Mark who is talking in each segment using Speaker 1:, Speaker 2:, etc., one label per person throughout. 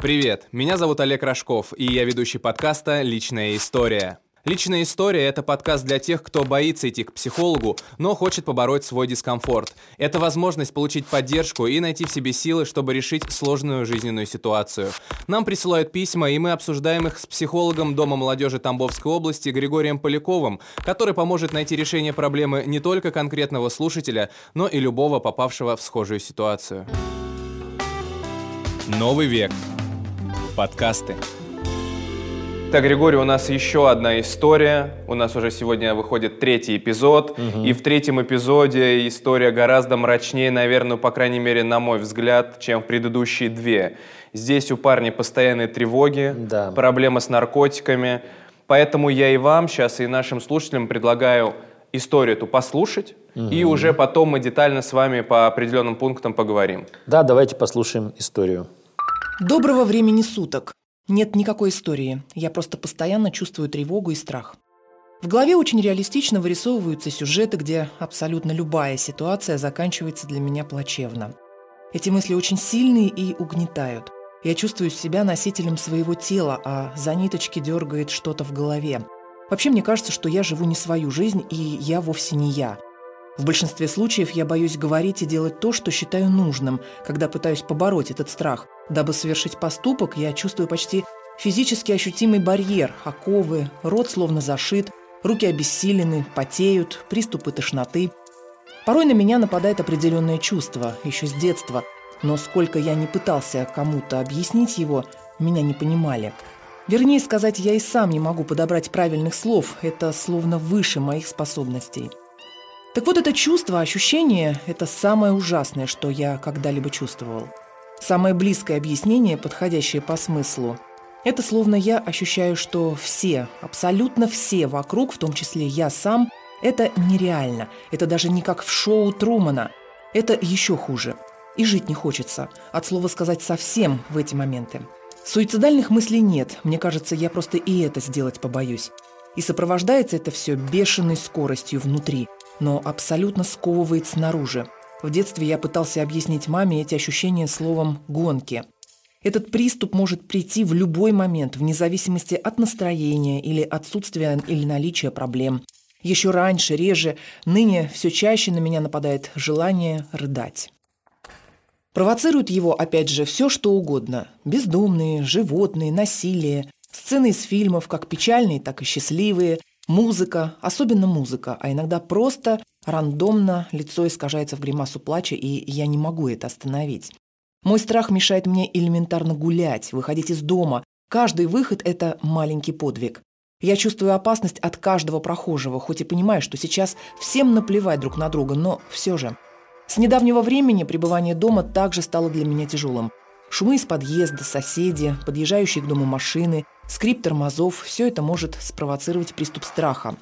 Speaker 1: Привет, меня зовут Олег Рожков, и я ведущий подкаста «Личная история». «Личная история» — это подкаст для тех, кто боится идти к психологу, но хочет побороть свой дискомфорт. Это возможность получить поддержку и найти в себе силы, чтобы решить сложную жизненную ситуацию. Нам присылают письма, и мы обсуждаем их с психологом Дома молодежи Тамбовской области Григорием Поляковым, который поможет найти решение проблемы не только конкретного слушателя, но и любого попавшего в схожую ситуацию. Новый век. Подкасты. Так, Григорий, у нас еще одна история. У нас уже сегодня выходит 3-й эпизод. И в 3-м эпизоде история гораздо мрачнее, наверное, по крайней мере, на мой взгляд, чем в предыдущие 2. Здесь у парня постоянные тревоги, проблемы с наркотиками. Поэтому я и вам сейчас, и нашим слушателям предлагаю историю эту послушать. И уже потом мы детально с вами по определенным пунктам поговорим.
Speaker 2: Да, давайте послушаем историю.
Speaker 3: Доброго времени суток. Нет никакой истории, я просто постоянно чувствую тревогу и страх. В голове очень реалистично вырисовываются сюжеты, где абсолютно любая ситуация заканчивается для меня плачевно. Эти мысли очень сильные и угнетают. Я чувствую себя носителем своего тела, а за ниточки дергает что-то в голове. Вообще, мне кажется, что я живу не свою жизнь, и я вовсе не я. В большинстве случаев я боюсь говорить и делать то, что считаю нужным, когда пытаюсь побороть этот страх. Дабы совершить поступок, я чувствую почти физически ощутимый барьер, оковы, рот словно зашит, руки обессилены, потеют, приступы тошноты. Порой на меня нападает определенное чувство, еще с детства, но сколько я не пытался кому-то объяснить его, меня не понимали. Вернее сказать, я и сам не могу подобрать правильных слов, это словно выше моих способностей. Так вот, это чувство, ощущение – это самое ужасное, что я когда-либо чувствовал. Самое близкое объяснение, подходящее по смыслу – это словно я ощущаю, что все, абсолютно все вокруг, в том числе я сам, это нереально. Это даже не как в шоу Трумана. Это еще хуже. И жить не хочется. От слова сказать совсем в эти моменты. Суицидальных мыслей нет. Мне кажется, я просто и это сделать побоюсь. И сопровождается это все бешеной скоростью внутри, но абсолютно сковывает снаружи. В детстве я пытался объяснить маме эти ощущения словом «гонки». Этот приступ может прийти в любой момент, вне зависимости от настроения или отсутствия или наличия проблем. Еще раньше, реже, ныне все чаще на меня нападает желание рыдать. Провоцирует его, опять же, все, что угодно. Бездомные, животные, насилие, сцены из фильмов, как печальные, так и счастливые, музыка, особенно музыка, а иногда просто рандомно лицо искажается в гримасу плача, и я не могу это остановить. Мой страх мешает мне элементарно гулять, выходить из дома. Каждый выход – это маленький подвиг. Я чувствую опасность от каждого прохожего, хоть и понимаю, что сейчас всем наплевать друг на друга, но все же. С недавнего времени пребывание дома также стало для меня тяжелым. Шумы из подъезда, соседи, подъезжающие к дому машины, скрип тормозов – все это может спровоцировать приступ страха.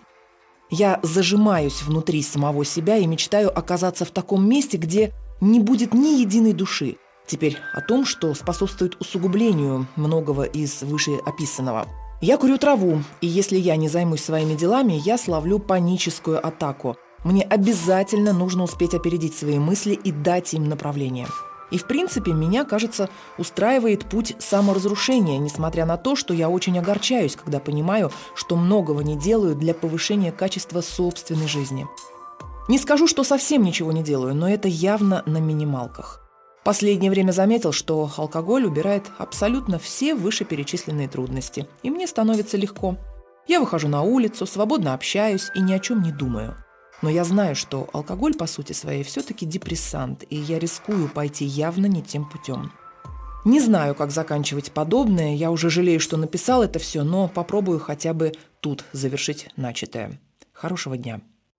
Speaker 3: Я зажимаюсь внутри самого себя и мечтаю оказаться в таком месте, где не будет ни единой души. Теперь о том, что способствует усугублению многого из вышеописанного. Я курю траву, и если я не займусь своими делами, я словлю паническую атаку. Мне обязательно нужно успеть опередить свои мысли и дать им направление. И, в принципе, меня, кажется, устраивает путь саморазрушения, несмотря на то, что я очень огорчаюсь, когда понимаю, что многого не делаю для повышения качества собственной жизни. Не скажу, что совсем ничего не делаю, но это явно на минималках. Последнее время заметил, что алкоголь убирает абсолютно все вышеперечисленные трудности, и мне становится легко. Я выхожу на улицу, свободно общаюсь и ни о чем не думаю. Но я знаю, что алкоголь, по сути своей, все-таки депрессант, и я рискую пойти явно не тем путем. Не знаю, как заканчивать подобное, я уже жалею, что написал это все, но попробую хотя бы тут завершить начатое. Хорошего дня.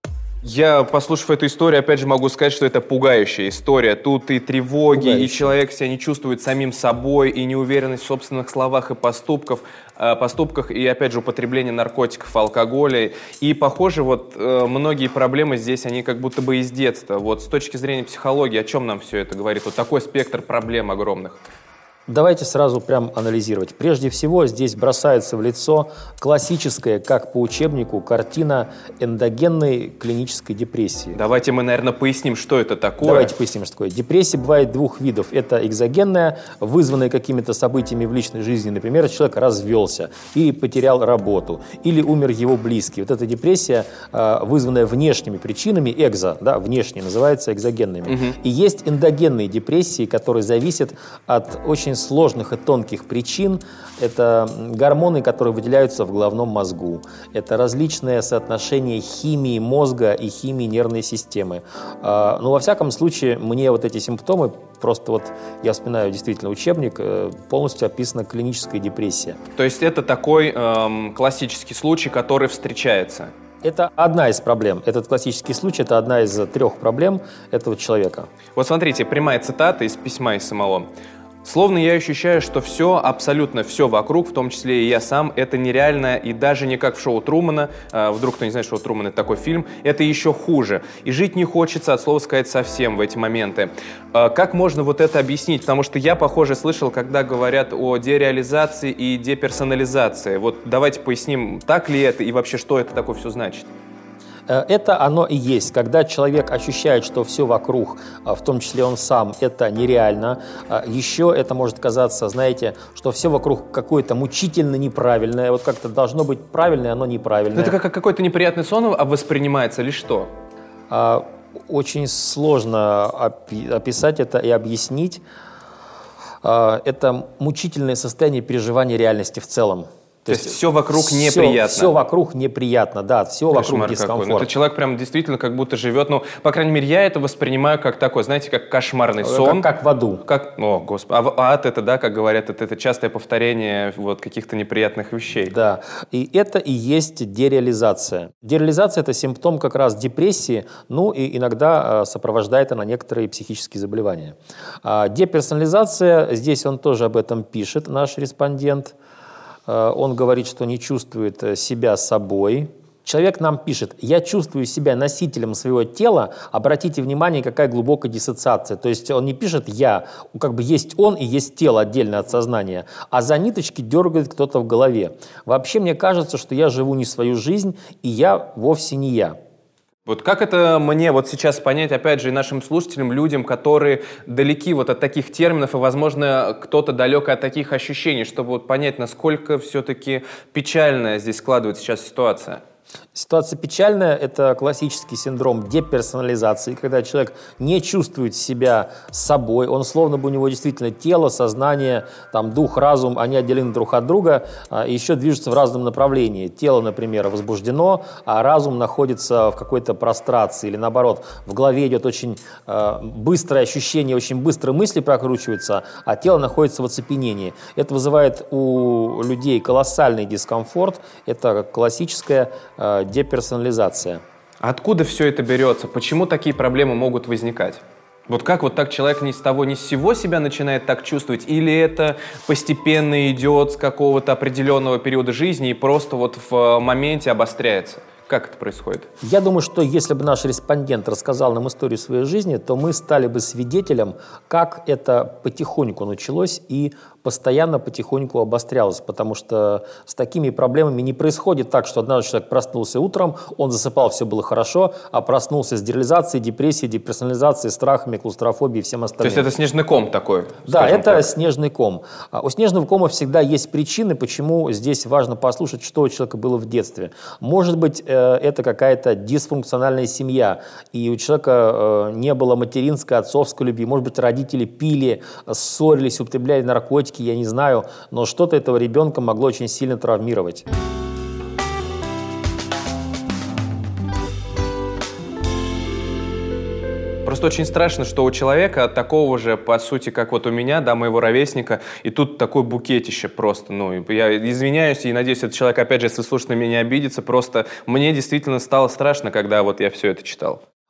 Speaker 1: Я, послушав эту историю, опять же могу сказать, что это пугающая история. Тут и тревоги, и человек себя не чувствует самим собой, и неуверенность в собственных словах и поступках, и, опять же, употребление наркотиков, алкоголя. И, похоже, вот многие проблемы здесь, они как будто бы из детства. Вот с точки зрения психологии, о чем нам все это говорит? Вот такой спектр проблем огромных.
Speaker 2: Давайте сразу прям анализировать. Прежде всего, здесь бросается в лицо классическая, как по учебнику, картина эндогенной клинической депрессии.
Speaker 1: Давайте мы, наверное, поясним, что это такое.
Speaker 2: Давайте поясним, что такое. Депрессия бывает двух видов. Это экзогенная, вызванная какими-то событиями в личной жизни. Например, человек развелся, или потерял работу, или умер его близкий. Вот эта депрессия, вызванная внешними причинами, внешние, называется экзогенными. И есть эндогенные депрессии, которые зависят от очень сложных и тонких причин. Это гормоны, которые выделяются в головном мозгу. Это различное соотношение химии мозга и химии нервной системы. Во всяком случае, мне вот эти симптомы, просто я вспоминаю действительно учебник, полностью описана клиническая депрессия.
Speaker 1: То есть это такой классический случай, который встречается?
Speaker 2: Это одна из проблем. Этот классический случай – это одна из 3 проблем этого человека.
Speaker 1: Вот смотрите, прямая цитата из письма из самого. «Словно я ощущаю, что все, абсолютно все вокруг, в том числе и я сам, это нереально, и даже не как в шоу Трумана, вдруг кто не знает, шоу Трумана — это такой фильм, это еще хуже. И жить не хочется, от слова сказать, совсем в эти моменты». Как можно вот это объяснить? Потому что я, похоже, слышал, когда говорят о дереализации и деперсонализации. Вот давайте поясним, так ли это и вообще, что это такое все значит.
Speaker 2: Это оно и есть. Когда человек ощущает, что все вокруг, в том числе он сам, это нереально. Еще это может казаться, знаете, что все вокруг какое-то мучительно неправильное. Вот как-то должно быть правильное, оно неправильное.
Speaker 1: Это как какой-то неприятный сон воспринимается или что?
Speaker 2: Очень сложно описать это и объяснить. Это мучительное состояние переживания реальности в целом.
Speaker 1: То есть все вокруг неприятно.
Speaker 2: Все вокруг неприятно, да, все вокруг дискомфорт.
Speaker 1: Ну, это человек прям действительно как будто живет, по крайней мере, я это воспринимаю как такой, знаете, как кошмарный сон.
Speaker 2: Как в аду.
Speaker 1: О, Господи. А ад это, да, как говорят, это частое повторение каких-то неприятных вещей.
Speaker 2: Да, и это и есть дереализация. Дереализация – это симптом как раз депрессии, и иногда сопровождает она некоторые психические заболевания. Деперсонализация, здесь он тоже об этом пишет, наш респондент. Он говорит, что не чувствует себя собой. Человек нам пишет: «Я чувствую себя носителем своего тела». Обратите внимание, какая глубокая диссоциация. То есть он не пишет «я», есть он и есть тело отдельно от сознания, а за ниточки дергает кто-то в голове. Вообще мне кажется, что я живу не свою жизнь, и я вовсе не я.
Speaker 1: Вот как это мне сейчас понять, опять же, и нашим слушателям, людям, которые далеки от таких терминов, и, возможно, кто-то далек от таких ощущений, чтобы понять, насколько все-таки печальная здесь складывается сейчас ситуация?
Speaker 2: Ситуация печальная – это классический синдром деперсонализации, когда человек не чувствует себя собой, он словно бы у него действительно тело, сознание, дух, разум, они отделены друг от друга, и еще движутся в разном направлении. Тело, например, возбуждено, а разум находится в какой-то прострации, или наоборот, в голове идет очень быстрое ощущение, очень быстро мысли прокручиваются, а тело находится в оцепенении. Это вызывает у людей колоссальный дискомфорт, это классическая деперсонализация.
Speaker 1: Откуда все это берется? Почему такие проблемы могут возникать? Как так человек ни с того ни с сего себя начинает так чувствовать? Или это постепенно идет с какого-то определенного периода жизни и просто в моменте обостряется? Как это происходит?
Speaker 2: Я думаю, что если бы наш респондент рассказал нам историю своей жизни, то мы стали бы свидетелем, как это потихоньку началось и постоянно потихоньку обострялось, потому что с такими проблемами не происходит так, что однажды человек проснулся утром, он засыпал, все было хорошо, а проснулся с дереализацией, депрессией, деперсонализацией, страхами, клаустрофобией и всем остальным.
Speaker 1: То есть это снежный ком такой?
Speaker 2: Да, это снежный ком. У снежного кома всегда есть причины, почему здесь важно послушать, что у человека было в детстве. Может быть, это какая-то дисфункциональная семья, и у человека не было материнской, отцовской любви, может быть, родители пили, ссорились, употребляли наркотики, я не знаю, но что-то этого ребенка могло очень сильно травмировать.
Speaker 1: Просто очень страшно, что у человека такого же, по сути, как у меня, моего ровесника, и тут такой букетище просто. Я извиняюсь и надеюсь, этот человек, опять же, если слушает, на меня не обидится, просто мне действительно стало страшно, когда я все это читал.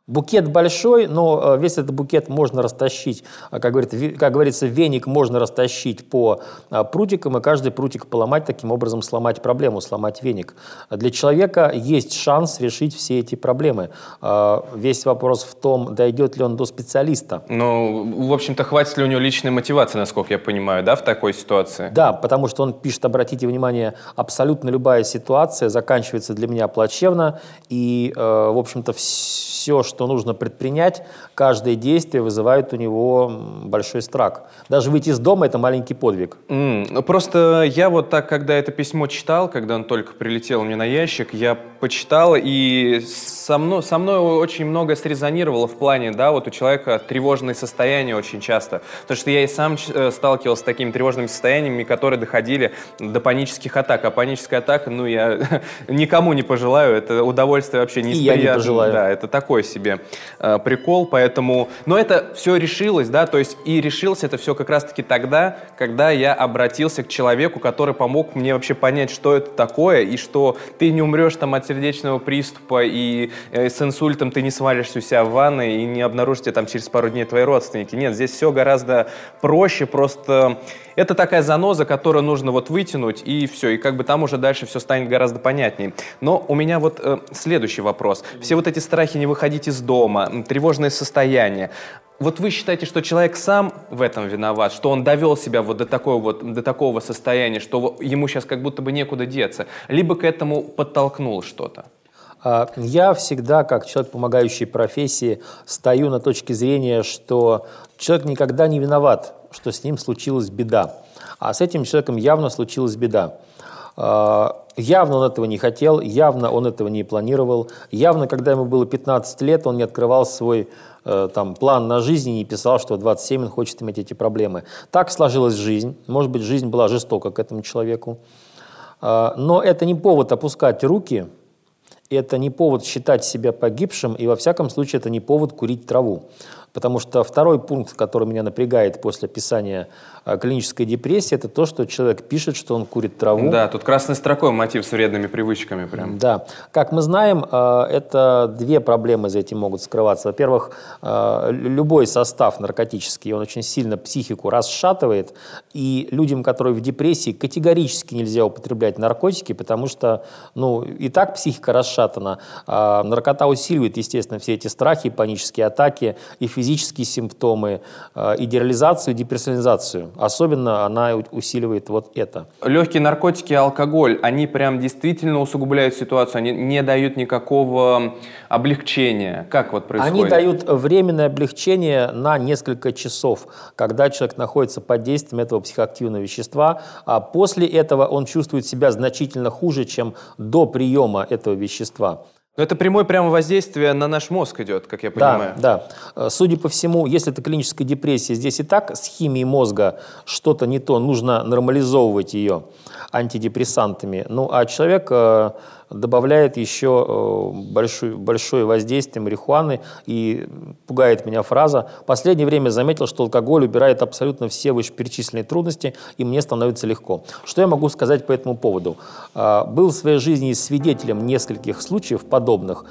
Speaker 2: Букет большой, но весь этот букет можно растащить, как говорится, веник можно растащить по прутикам, и каждый прутик поломать, таким образом сломать проблему, сломать веник. Для человека есть шанс решить все эти проблемы. Весь вопрос в том, дойдет ли он до специалиста.
Speaker 1: Ну, в общем-то, хватит ли у него личной мотивации, насколько я понимаю, да, в такой ситуации?
Speaker 2: Да, потому что он пишет, обратите внимание, абсолютно любая ситуация заканчивается для меня плачевно, и, в общем-то, все, что нужно предпринять, каждое действие вызывает у него большой страх. Даже выйти из дома – это маленький подвиг.
Speaker 1: Просто я вот так, когда это письмо читал, когда он только прилетел мне на ящик, я почитал, и со мной очень много срезонировало в плане, да, вот у человека тревожные состояния очень часто. Потому что я и сам сталкивался с такими тревожными состояниями, которые доходили до панических атак. А паническая атака, ну, я никому не пожелаю, это удовольствие вообще не
Speaker 2: я не пожелаю.
Speaker 1: Да, это такой себе прикол, поэтому... Но это все решилось, да, то есть и решилось это все как раз-таки тогда, когда я обратился к человеку, который помог мне вообще понять, что это такое, и что ты не умрешь там от сердечного приступа, и с инсультом ты не свалишься у себя в ванной, и не обнаружите там через пару дней твои родственники. Нет, здесь все гораздо проще, просто... Это такая заноза, которую нужно вот вытянуть, и все, и как бы там уже дальше все станет гораздо понятнее. Но у меня вот следующий вопрос. Все вот эти страхи не выходить из дома, тревожное состояние. Вот вы считаете, что человек сам в этом виноват, что он довел себя вот до такого состояния, что ему сейчас как будто бы некуда деться, либо к этому подтолкнул что-то?
Speaker 2: Я всегда, как человек, помогающий профессии, стою на точке зрения, что человек никогда не виноват, что с ним случилась беда. А с этим человеком явно случилась беда. Явно он этого не хотел, явно он этого не планировал. Явно, когда ему было 15 лет, он не открывал свой план на жизнь и не писал, что в 27 он хочет иметь эти проблемы. Так сложилась жизнь. Может быть, жизнь была жестока к этому человеку. Но это не повод опускать руки, это не повод считать себя погибшим, и во всяком случае это не повод курить траву. Потому что второй пункт, который меня напрягает после описания клинической депрессии, это то, что человек пишет, что он курит траву.
Speaker 1: Да, тут красной строкой мотив с вредными привычками прям.
Speaker 2: Да. Как мы знаем, это две проблемы за этим могут скрываться. Во-первых, любой состав наркотический, он очень сильно психику расшатывает, и людям, которые в депрессии, категорически нельзя употреблять наркотики, потому что, и так психика расшатана. Наркота усиливает, естественно, все эти страхи, панические атаки и физические симптомы, и дереализацию, и деперсонализацию. Особенно она усиливает вот это.
Speaker 1: Легкие наркотики и алкоголь, они прям действительно усугубляют ситуацию, они не дают никакого облегчения. Как вот происходит?
Speaker 2: Они дают временное облегчение на несколько часов, когда человек находится под действием этого психоактивного вещества, а после этого он чувствует себя значительно хуже, чем до приема этого вещества.
Speaker 1: Но это прямое прямо воздействие на наш мозг идет, как я понимаю.
Speaker 2: Да. Судя по всему, если это клиническая депрессия, здесь и так с химией мозга что-то не то, нужно нормализовывать ее антидепрессантами. А человек добавляет еще большое воздействие марихуаны, и пугает меня фраза: в последнее время заметил, что алкоголь убирает абсолютно все вышеперечисленные трудности, и мне становится легко. Что я могу сказать по этому поводу? Был в своей жизни свидетелем нескольких случаев подобных.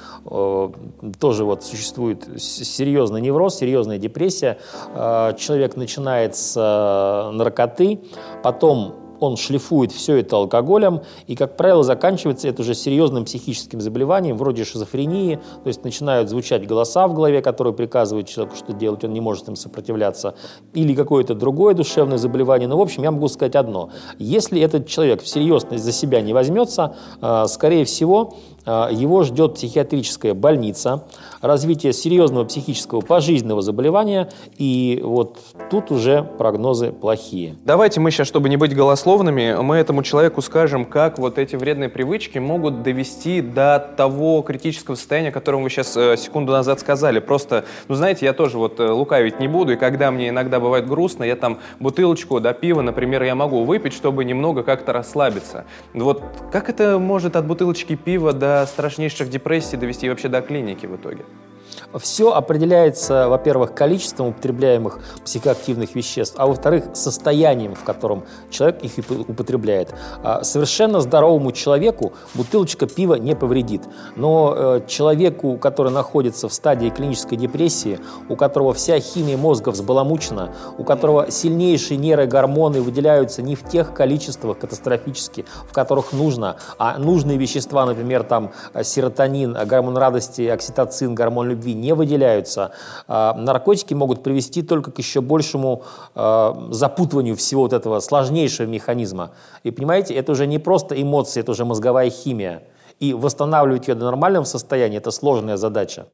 Speaker 2: Тоже вот существует серьезный невроз, серьезная депрессия. Человек начинает с наркоты, потом он шлифует все это алкоголем, и, как правило, заканчивается это уже серьезным психическим заболеванием, вроде шизофрении, то есть начинают звучать голоса в голове, которые приказывают человеку, что делать, он не может им сопротивляться, или какое-то другое душевное заболевание. В общем, я могу сказать одно: если этот человек всерьез за себя не возьмется, скорее всего, его ждет психиатрическая больница, развитие серьезного психического пожизненного заболевания, и вот тут уже прогнозы плохие.
Speaker 1: Давайте мы сейчас, чтобы не быть голословными, мы этому человеку скажем, как вот эти вредные привычки могут довести до того критического состояния, о котором вы сейчас секунду назад сказали. Просто, знаете, я тоже вот лукавить не буду, и когда мне иногда бывает грустно, я там бутылочку пива, например, я могу выпить, чтобы немного как-то расслабиться. Вот как это может от бутылочки пива до страшнейших депрессий довести, вообще до клиники в итоге?
Speaker 2: Все определяется, во-первых, количеством употребляемых психоактивных веществ, а во-вторых, состоянием, в котором человек их употребляет. Совершенно здоровому человеку бутылочка пива не повредит, но человеку, который находится в стадии клинической депрессии, у которого вся химия мозга взбаламучена, у которого сильнейшие нейрогормоны выделяются не в тех количествах катастрофически, в которых нужно, а нужные вещества, например, там серотонин, гормон радости, окситоцин, гормон любви не выделяются. Наркотики могут привести только к еще большему запутыванию всего вот этого сложнейшего механизма. И понимаете, это уже не просто эмоции, это уже мозговая химия. И восстанавливать ее до нормального состояния – это сложная задача.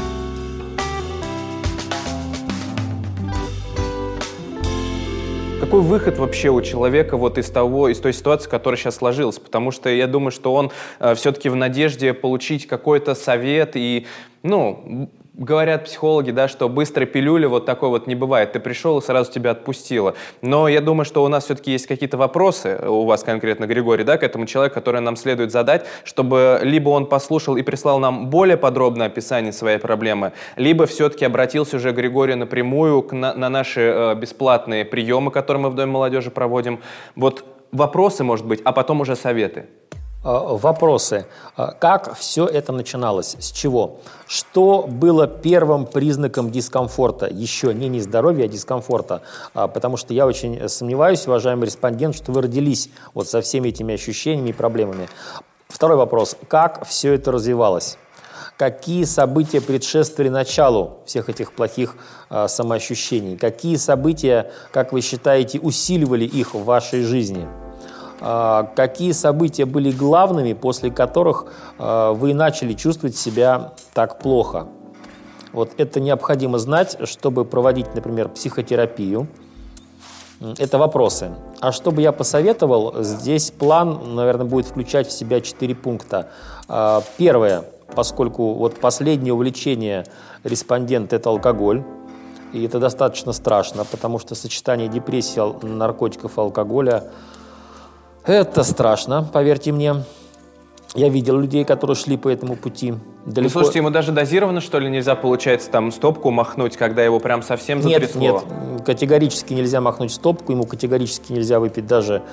Speaker 1: Какой выход вообще у человека вот из той ситуации, которая сейчас сложилась? Потому что я думаю, что он все-таки в надежде получить какой-то совет и, говорят психологи, да, что быстрой пилюли вот такой вот не бывает. Ты пришел и сразу тебя отпустило. Но я думаю, что у нас все-таки есть какие-то вопросы, у вас конкретно, Григорий, да, к этому человеку, которые нам следует задать, чтобы либо он послушал и прислал нам более подробное описание своей проблемы, либо все-таки обратился уже Григорий напрямую на наши бесплатные приемы, которые мы в Доме молодежи проводим. Вот вопросы, может быть, а потом уже советы.
Speaker 2: Вопросы. Как все это начиналось? С чего? Что было первым признаком дискомфорта? Еще не нездоровья, а дискомфорта. Потому что я очень сомневаюсь, уважаемый респондент, что вы родились вот со всеми этими ощущениями и проблемами. Второй вопрос. Как все это развивалось? Какие события предшествовали началу всех этих плохих самоощущений? Какие события, как вы считаете, усиливали их в вашей жизни? Какие события были главными, после которых вы начали чувствовать себя так плохо? Вот это необходимо знать, чтобы проводить, например, психотерапию. Это вопросы. А что бы я посоветовал, здесь план, наверное, будет включать в себя 4 пункта. Первое, поскольку вот последнее увлечение респондента – это алкоголь, и это достаточно страшно, потому что сочетание депрессии, наркотиков и алкоголя – это страшно, поверьте мне. Я видел людей, которые шли по этому пути. Далеко...
Speaker 1: Слушайте, ему даже дозированно, что ли, нельзя, получается, там стопку махнуть, когда его прям совсем затрясло?
Speaker 2: Нет, категорически нельзя махнуть стопку, ему категорически нельзя выпить даже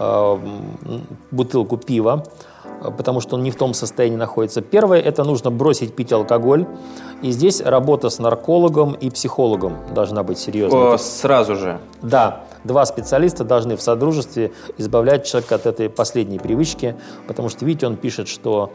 Speaker 2: бутылку пива, потому что он не в том состоянии находится. Первое, это нужно бросить пить алкоголь. И здесь работа с наркологом и психологом должна быть серьезной.
Speaker 1: Сразу же?
Speaker 2: Да. 2 специалиста должны в содружестве избавлять человека от этой последней привычки, потому что, видите, он пишет, что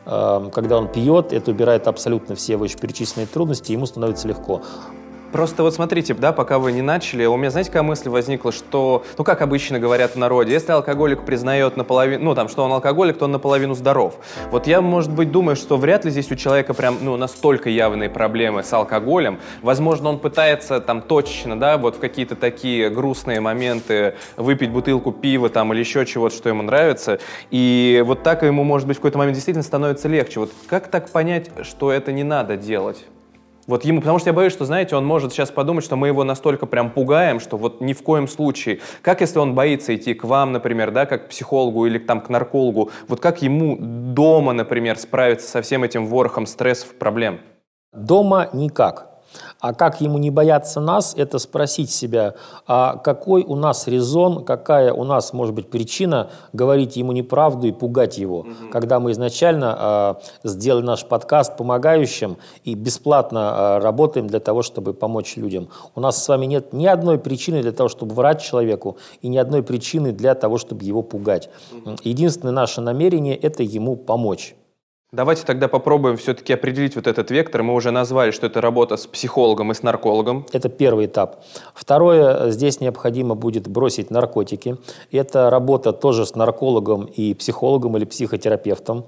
Speaker 2: когда он пьет, это убирает абсолютно все вышеперечисленные трудности, ему становится легко.
Speaker 1: Просто вот смотрите, да, пока вы не начали, у меня, знаете, какая мысль возникла, что, как обычно говорят в народе, если алкоголик признает наполовину, что он алкоголик, то он наполовину здоров. Вот я, может быть, думаю, что вряд ли здесь у человека прям, настолько явные проблемы с алкоголем. Возможно, он пытается там точечно, да, вот в какие-то такие грустные моменты выпить бутылку пива там или еще чего-то, что ему нравится, и вот так ему, может быть, в какой-то момент действительно становится легче. Вот как так понять, что это не надо делать? Вот ему, потому что я боюсь, что, знаете, он может сейчас подумать, что мы его настолько прям пугаем, что вот ни в коем случае. Как если он боится идти к вам, например, да, как к психологу или там к наркологу, вот как ему дома, например, справиться со всем этим ворохом стрессов, проблем?
Speaker 2: Дома никак. А как ему не бояться нас, это спросить себя, а какой у нас резон, какая у нас может быть причина говорить ему неправду и пугать его. Когда мы изначально сделали наш подкаст помогающим и бесплатно работаем для того, чтобы помочь людям. У нас с вами нет ни одной причины для того, чтобы врать человеку, и ни одной причины для того, чтобы его пугать. Единственное наше намерение – это ему помочь.
Speaker 1: Давайте тогда попробуем все-таки определить вот этот вектор. Мы уже назвали, что это работа с психологом и с наркологом.
Speaker 2: Это первый этап. Второе, здесь необходимо будет бросить наркотики. Это работа тоже с наркологом и психологом или психотерапевтом.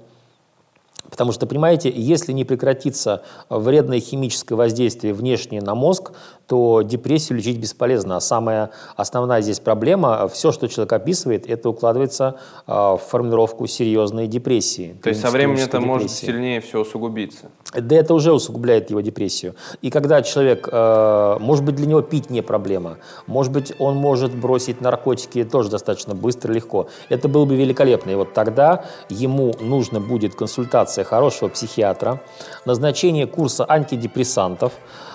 Speaker 2: Потому что, понимаете, если не прекратится вредное химическое воздействие внешнее на мозг, то депрессию лечить бесполезно. А самая основная здесь проблема, все, что человек описывает, это укладывается в формулировку серьезной депрессии.
Speaker 1: То есть со временем это может сильнее все усугубиться?
Speaker 2: Да, это уже усугубляет его депрессию. И когда человек, может быть, для него пить не проблема, может быть, он может бросить наркотики тоже достаточно быстро и легко. Это было бы великолепно. И вот тогда ему нужно будет консультация рекомендация хорошего психиатра, назначение курса антидепрессантов.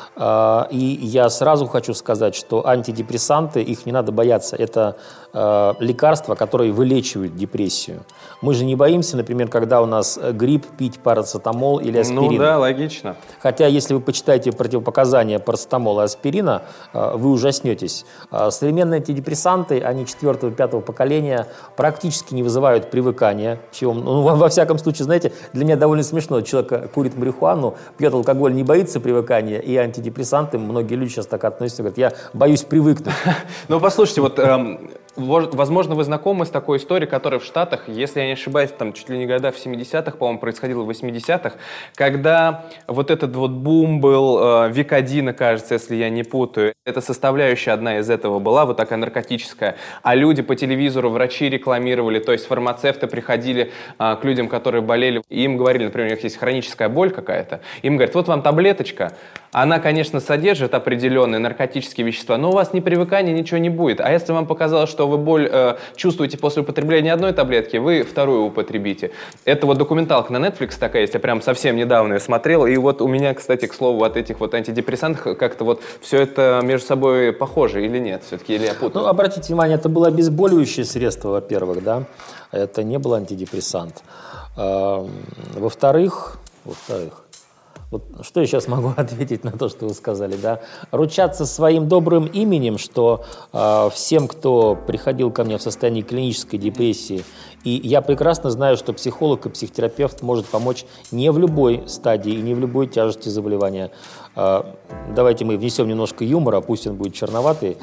Speaker 2: И я сразу хочу сказать, что антидепрессанты, их не надо бояться, это лекарства, которые вылечивают депрессию. Мы же не боимся, например, когда у нас грипп, пить парацетамол или аспирин.
Speaker 1: Ну да, логично.
Speaker 2: Хотя, если вы почитаете противопоказания парацетамола и аспирина, вы ужаснетесь. Современные антидепрессанты, они 4-5 поколения, практически не вызывают привыкания. Чего, ну, во всяком случае, знаете, для меня довольно смешно. Человек курит марихуану, пьет алкоголь, не боится привыкания, и антидепрессанты, многие люди сейчас так относятся, говорят, я боюсь привыкнуть.
Speaker 1: Ну, послушайте, вот... Возможно, вы знакомы с такой историей, которая в Штатах, если я не ошибаюсь, там чуть ли не года в 70-х, по-моему, происходило в 80-х, когда вот этот вот бум был, Викодина, кажется, если я не путаю, эта составляющая одна из этого была, вот такая наркотическая, а люди по телевизору, врачи рекламировали, то есть фармацевты приходили к людям, которые болели, и им говорили, например, у них есть хроническая боль какая-то, им говорят, вот вам таблеточка, она, конечно, содержит определенные наркотические вещества, но у вас ни привыкания, ничего не будет, а если вам показалось, что вы боль чувствуете после употребления одной таблетки, вы вторую употребите. Это вот документалка на Netflix такая, если прям совсем недавно я смотрел, и вот у меня, кстати, к слову, от этих вот антидепрессантов как-то вот все это между собой похоже или нет все-таки, или я путаю?
Speaker 2: Ну, обратите внимание, это было обезболивающее средство, во-первых, да, это не был антидепрессант. Во-вторых, вот что я сейчас могу ответить на то, что вы сказали, да? Ручаться своим добрым именем, что всем, кто приходил ко мне в состоянии клинической депрессии, и я прекрасно знаю, что психолог и психотерапевт может помочь не в любой стадии и не в любой тяжести заболевания. Давайте мы внесем немножко юмора, пусть он будет черноватый.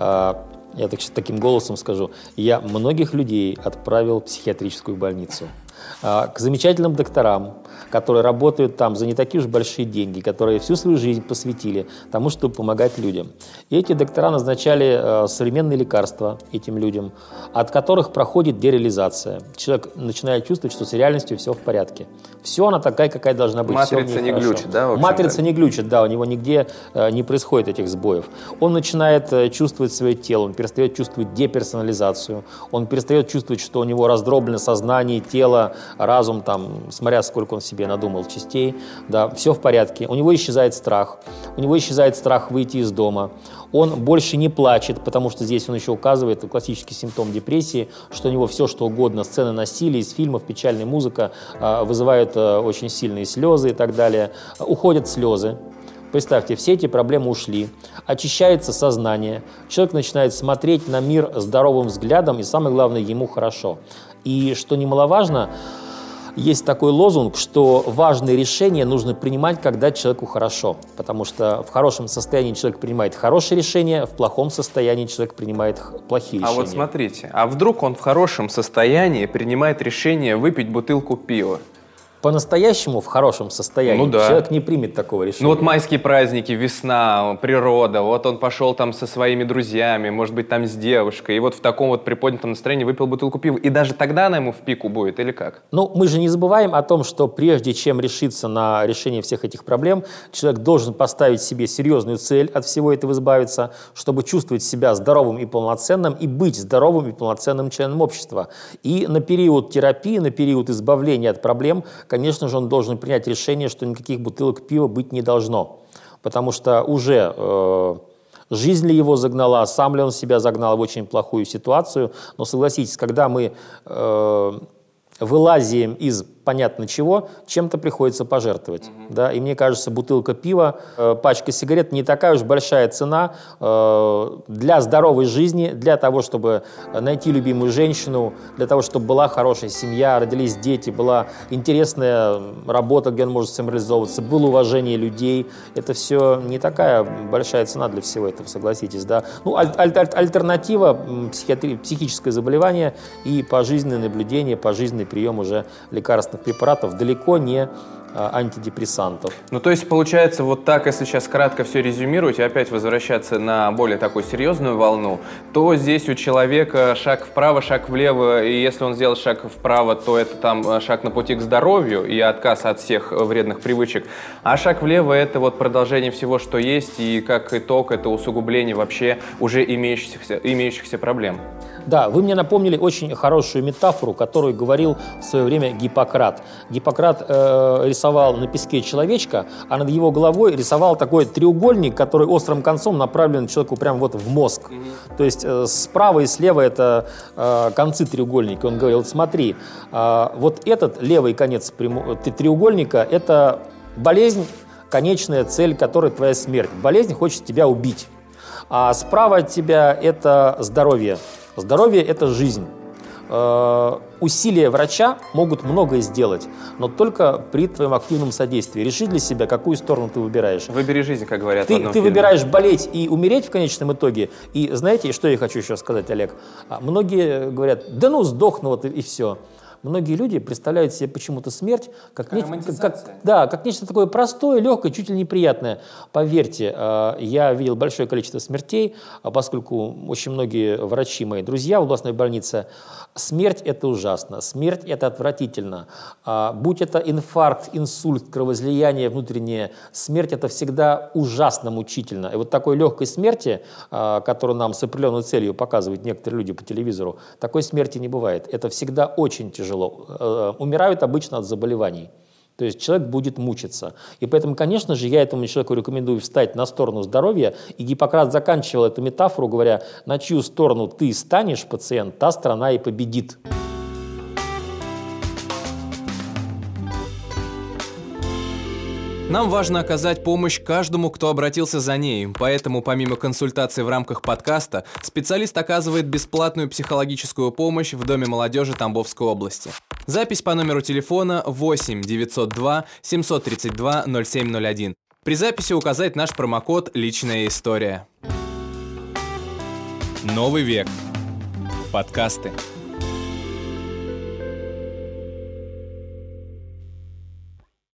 Speaker 2: Я таким голосом скажу. Я многих людей отправил в психиатрическую больницу. К замечательным докторам, которые работают там за не такие уж большие деньги, которые всю свою жизнь посвятили тому, чтобы помогать людям. И эти доктора назначали современные лекарства этим людям, от которых проходит дереализация. Человек начинает чувствовать, что с реальностью все в порядке. Все она такая, какая должна быть.
Speaker 1: Матрица не глючит, да?
Speaker 2: Матрица не глючит, да, у него нигде не происходит этих сбоев. Он начинает чувствовать свое тело, он перестает чувствовать деперсонализацию, он перестает чувствовать, что у него раздроблено сознание, тело, разум, там, смотря сколько он себе надумал частей, да, все в порядке. У него исчезает страх выйти из дома. Он больше не плачет, потому что здесь он еще указывает классический симптом депрессии, что у него все, что угодно, сцены насилия из фильмов, печальная музыка вызывают очень сильные слезы и так далее. Уходят слезы. Представьте, все эти проблемы ушли, очищается сознание, человек начинает смотреть на мир здоровым взглядом, и самое главное, ему хорошо. И что немаловажно, есть такой лозунг, что важные решения нужно принимать, когда человеку хорошо, потому что в хорошем состоянии человек принимает хорошие решения, в плохом состоянии человек принимает плохие решения.
Speaker 1: А вот смотрите, а вдруг он в хорошем состоянии принимает решение выпить бутылку пива?
Speaker 2: По-настоящему в хорошем состоянии человек не примет такого решения.
Speaker 1: Ну вот майские праздники, весна, природа, вот он пошел там со своими друзьями, может быть там с девушкой, и вот в таком вот приподнятом настроении выпил бутылку пива, и даже тогда она ему в пику будет, или как?
Speaker 2: Ну, мы же не забываем о том, что прежде чем решиться на решение всех этих проблем, человек должен поставить себе серьезную цель от всего этого избавиться, чтобы чувствовать себя здоровым и полноценным, и быть здоровым и полноценным членом общества. И на период терапии, на период избавления от проблем, конечно же, он должен принять решение, что никаких бутылок пива быть не должно. Потому что уже жизнь ли его загнала, сам ли он себя загнал в очень плохую ситуацию. Но согласитесь, когда мы вылазим из понятно чего, чем-то приходится пожертвовать. Да? И мне кажется, бутылка пива, пачка сигарет не такая уж большая цена для здоровой жизни, для того, чтобы найти любимую женщину, для того, чтобы была хорошая семья, родились дети, была интересная работа, где он может самореализовываться, было уважение людей. Это все не такая большая цена для всего этого, согласитесь. Да? Ну, альтернатива психическое заболевание и пожизненное наблюдение, пожизненный прием уже лекарственных препаратов, далеко не антидепрессантов.
Speaker 1: Ну, то есть, получается, вот так, если сейчас кратко все резюмировать и опять возвращаться на более такую серьезную волну, то здесь у человека шаг вправо, шаг влево, и если он сделал шаг вправо, то это там шаг на пути к здоровью и отказ от всех вредных привычек, а шаг влево — это вот продолжение всего, что есть, и как итог это усугубление вообще уже имеющихся проблем.
Speaker 2: Да, вы мне напомнили очень хорошую метафору, которую говорил в свое время Гиппократ. Гиппократ рисовал на песке человечка, а над его головой рисовал такой треугольник, который острым концом направлен человеку прямо вот в мозг. То есть справа и слева это концы треугольника. Он говорил, вот смотри, вот этот левый конец треугольника – это болезнь, конечная цель которой твоя смерть. Болезнь хочет тебя убить. А справа от тебя это здоровье. Здоровье – это жизнь. Усилия врача могут многое сделать, но только при твоем активном содействии. Реши для себя, какую сторону ты выбираешь.
Speaker 1: Выбери жизнь, как говорят в одном
Speaker 2: Ты
Speaker 1: фильме.
Speaker 2: выбираешь болеть и умереть в конечном итоге. И знаете, что я хочу еще сказать, Олег? Многие говорят, да ну сдохну вот и все. Многие люди представляют себе почему-то смерть как нечто такое простое, легкое, чуть ли неприятное. Поверьте, я видел большое количество смертей, поскольку очень многие врачи, мои друзья в областной больнице, смерть – это ужасно, смерть – это отвратительно. Будь это инфаркт, инсульт, кровоизлияние внутреннее, смерть – это всегда ужасно мучительно. И вот такой легкой смерти, которую нам с определенной целью показывают некоторые люди по телевизору, такой смерти не бывает. Это всегда очень тяжело. Умирают обычно от заболеваний. То есть человек будет мучиться. И поэтому, конечно же, я этому человеку рекомендую встать на сторону здоровья. И Гиппократ заканчивал эту метафору, говоря, на чью сторону ты станешь, пациент, та страна и победит.
Speaker 1: Нам важно оказать помощь каждому, кто обратился за ней, поэтому помимо консультаций в рамках подкаста, специалист оказывает бесплатную психологическую помощь в Доме молодежи Тамбовской области. Запись по номеру телефона 8 902 732 0701. При записи указать наш промокод «Личная история». Новый век. Подкасты.